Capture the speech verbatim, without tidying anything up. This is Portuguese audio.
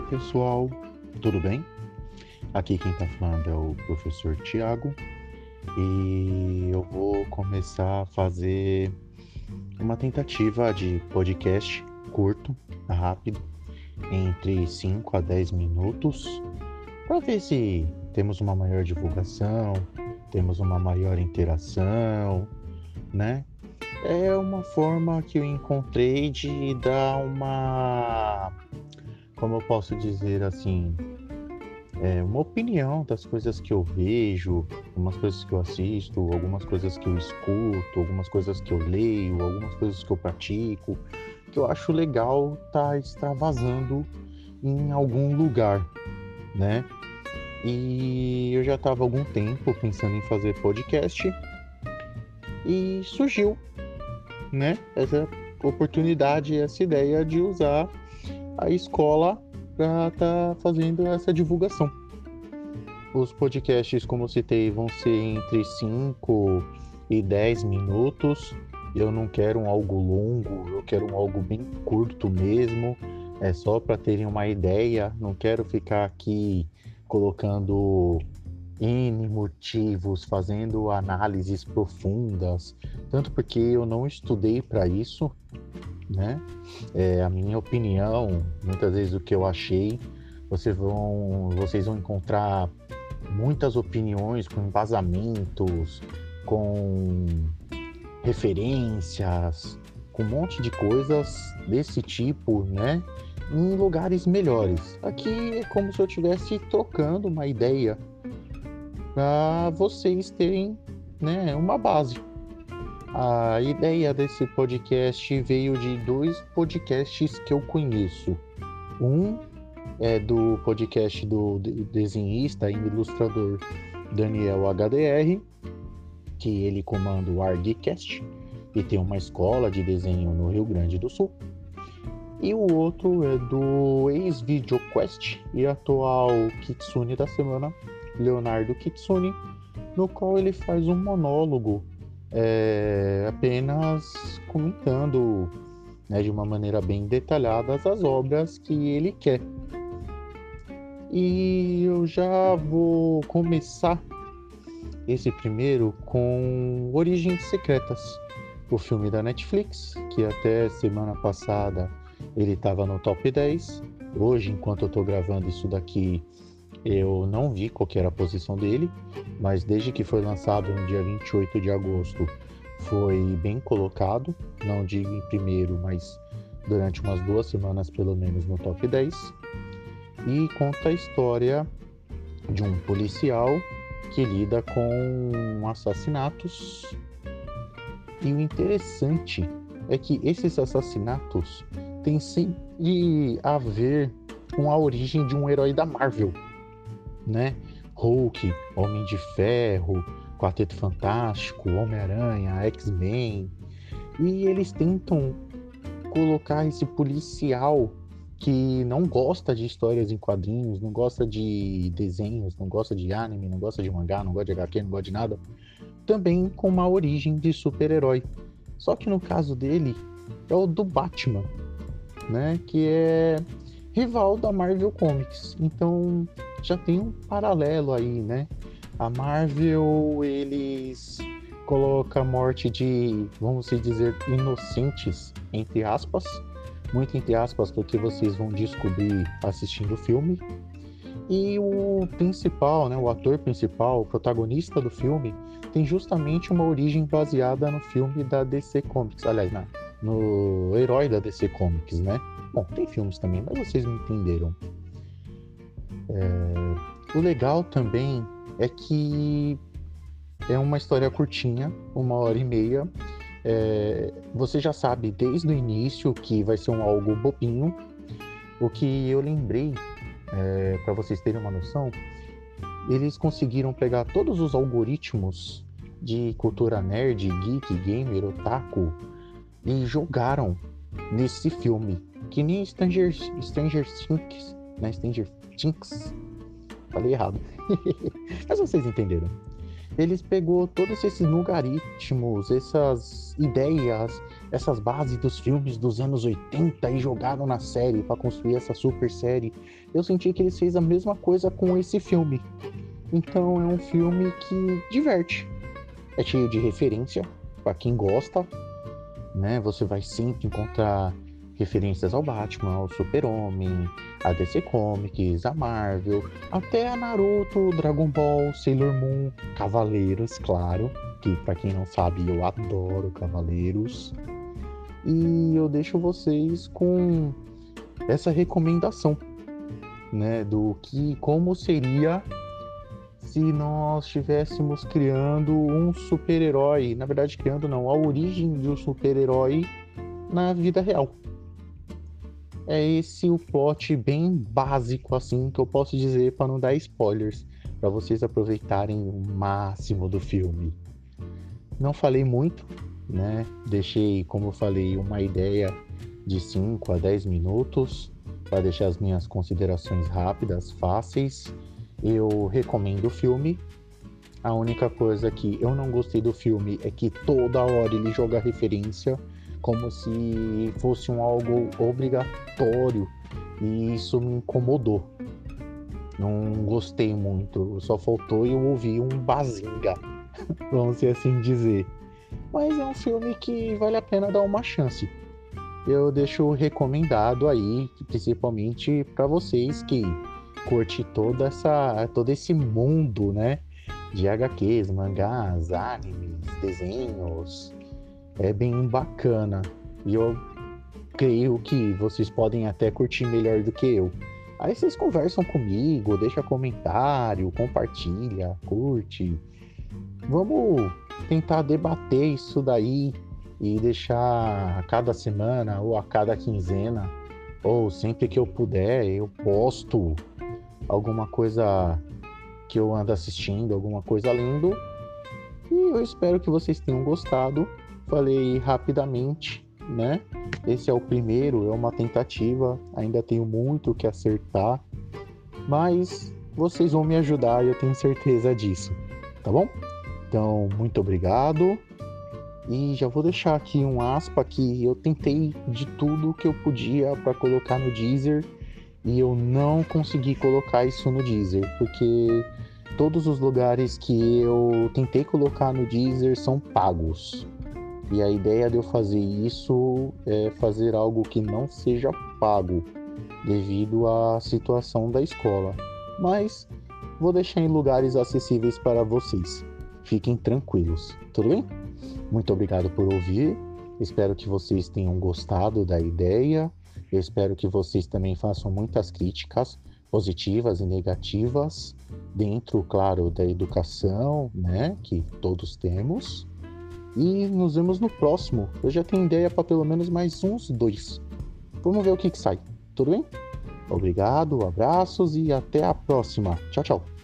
pessoal, tudo bem? Aqui quem está falando é o professor Tiago e eu vou começar a fazer uma tentativa de podcast curto, rápido, entre cinco a dez minutos, para ver se temos uma maior divulgação, temos uma maior interação, né? É uma forma que eu encontrei de dar uma, como eu posso dizer assim, é uma opinião das coisas que eu vejo, algumas coisas que eu assisto, algumas coisas que eu escuto, algumas coisas que eu leio, algumas coisas que eu pratico, que eu acho legal tá extravasando em algum lugar, né? E eu já estava há algum tempo pensando em fazer podcast e surgiu, né, essa oportunidade, essa ideia de usar a escola para estar tá fazendo essa divulgação. Os podcasts, como eu citei, vão ser entre cinco e dez minutos. Eu não quero um algo longo, eu quero um algo bem curto mesmo. É só para terem uma ideia. Não quero ficar aqui colocando N motivos, fazendo análises profundas, tanto porque eu não estudei para isso, né? É, a minha opinião, muitas vezes o que eu achei, vocês vão, vocês vão encontrar muitas opiniões com embasamentos, com referências, com um monte de coisas desse tipo, né? Em lugares melhores. Aqui é como se eu estivesse trocando uma ideia para vocês terem, né, uma base. A ideia desse podcast veio de dois podcasts que eu conheço. Um é do podcast do desenhista e ilustrador Daniel H D R, que ele comanda o ArgCast e tem uma escola de desenho no Rio Grande do Sul. E o outro é do ex-VideoQuest e atual Kitsune da semana, Leonardo Kitsune, no qual ele faz um monólogo é, apenas comentando, né, de uma maneira bem detalhada as obras que ele quer. E eu já vou começar esse primeiro com Origens Secretas, o filme da Netflix, que até semana passada ele estava no top dez. Hoje, enquanto eu estou gravando isso daqui, eu não vi qual que era a posição dele, mas desde que foi lançado no dia vinte e oito de agosto, foi bem colocado, não digo em primeiro, mas durante umas duas semanas pelo menos no top dez. E conta a história de um policial que lida com assassinatos. E o interessante é que esses assassinatos têm sempre a ver com a origem de um herói da Marvel, né? Hulk, Homem de Ferro, Quarteto Fantástico, Homem-Aranha, X-Men. E eles tentam colocar esse policial que não gosta de histórias em quadrinhos, não gosta de desenhos, não gosta de anime, não gosta de mangá, não gosta de agá quê, não gosta de nada, também com uma origem de super-herói. Só que no caso dele é o do Batman, né? Que é rival da Marvel Comics. Então já tem um paralelo aí, né? A Marvel, eles colocam a morte de, vamos dizer, inocentes, entre aspas, muito entre aspas, porque vocês vão descobrir assistindo o filme. E o principal, né, o ator principal, o protagonista do filme, tem justamente uma origem baseada no filme da D C Comics, aliás, na, no herói da D C Comics, né? Bom, tem filmes também, mas vocês me entenderam. É... O legal também é que é uma história curtinha, uma hora e meia. É... Você já sabe desde o início que vai ser um algo bobinho. O que eu lembrei, é, para vocês terem uma noção, eles conseguiram pegar todos os algoritmos de cultura nerd, geek, gamer, otaku e jogaram nesse filme. Que nem Stranger, Stranger Things, né? Stranger Things. Falei errado. Mas vocês entenderam. Eles pegou todos esses logaritmos, essas ideias, essas bases dos filmes dos anos oitenta e jogaram na série para construir essa super série. Eu senti que eles fez a mesma coisa com esse filme. Então é um filme que diverte. É cheio de referência para quem gosta, né? Você vai sempre encontrar referências ao Batman, ao Super-Homem, a D C Comics, a Marvel, até a Naruto, Dragon Ball, Sailor Moon, Cavaleiros, claro, que para quem não sabe eu adoro Cavaleiros. E eu deixo vocês com essa recomendação, né, do que como seria se nós estivéssemos criando um super-herói, na verdade criando não, a origem de um super-herói na vida real. É esse o plot bem básico assim que eu posso dizer para não dar spoilers, para vocês aproveitarem o máximo do filme. Não falei muito, né? Deixei, como eu falei, uma ideia de cinco a dez minutos para deixar as minhas considerações rápidas, fáceis. Eu recomendo o filme. A única coisa que eu não gostei do filme é que toda hora ele joga referência como se fosse um algo obrigatório, e isso me incomodou. Não gostei muito, só faltou eu ouvir um bazinga, vamos assim dizer. Mas é um filme que vale a pena dar uma chance. Eu deixo recomendado aí, principalmente para vocês que curte toda essa, todo esse mundo, né, de H Qs, mangás, animes, desenhos. É bem bacana e eu creio que vocês podem até curtir melhor do que eu. Aí vocês conversam comigo, deixa comentário, compartilha, curte. Vamos tentar debater isso daí e deixar a cada semana ou a cada quinzena ou sempre que eu puder eu posto alguma coisa que eu ando assistindo, alguma coisa lendo. E eu espero que vocês tenham gostado. Falei rapidamente, né? Esse é o primeiro, é uma tentativa, ainda tenho muito o que acertar, mas vocês vão me ajudar e eu tenho certeza disso, tá bom? Então, muito obrigado. E já vou deixar aqui um aspa que eu tentei de tudo que eu podia para colocar no Deezer e eu não consegui colocar isso no Deezer, porque todos os lugares que eu tentei colocar no Deezer são pagos. E a ideia de eu fazer isso é fazer algo que não seja pago, devido à situação da escola. Mas vou deixar em lugares acessíveis para vocês. Fiquem tranquilos, tudo bem? Muito obrigado por ouvir. Espero que vocês tenham gostado da ideia. Eu espero que vocês também façam muitas críticas positivas e negativas, dentro, claro, da educação, né, que todos temos. E nos vemos no próximo. Eu já tenho ideia para pelo menos mais uns dois. Vamos ver o que que sai. Tudo bem? Obrigado, abraços e até a próxima. Tchau, tchau.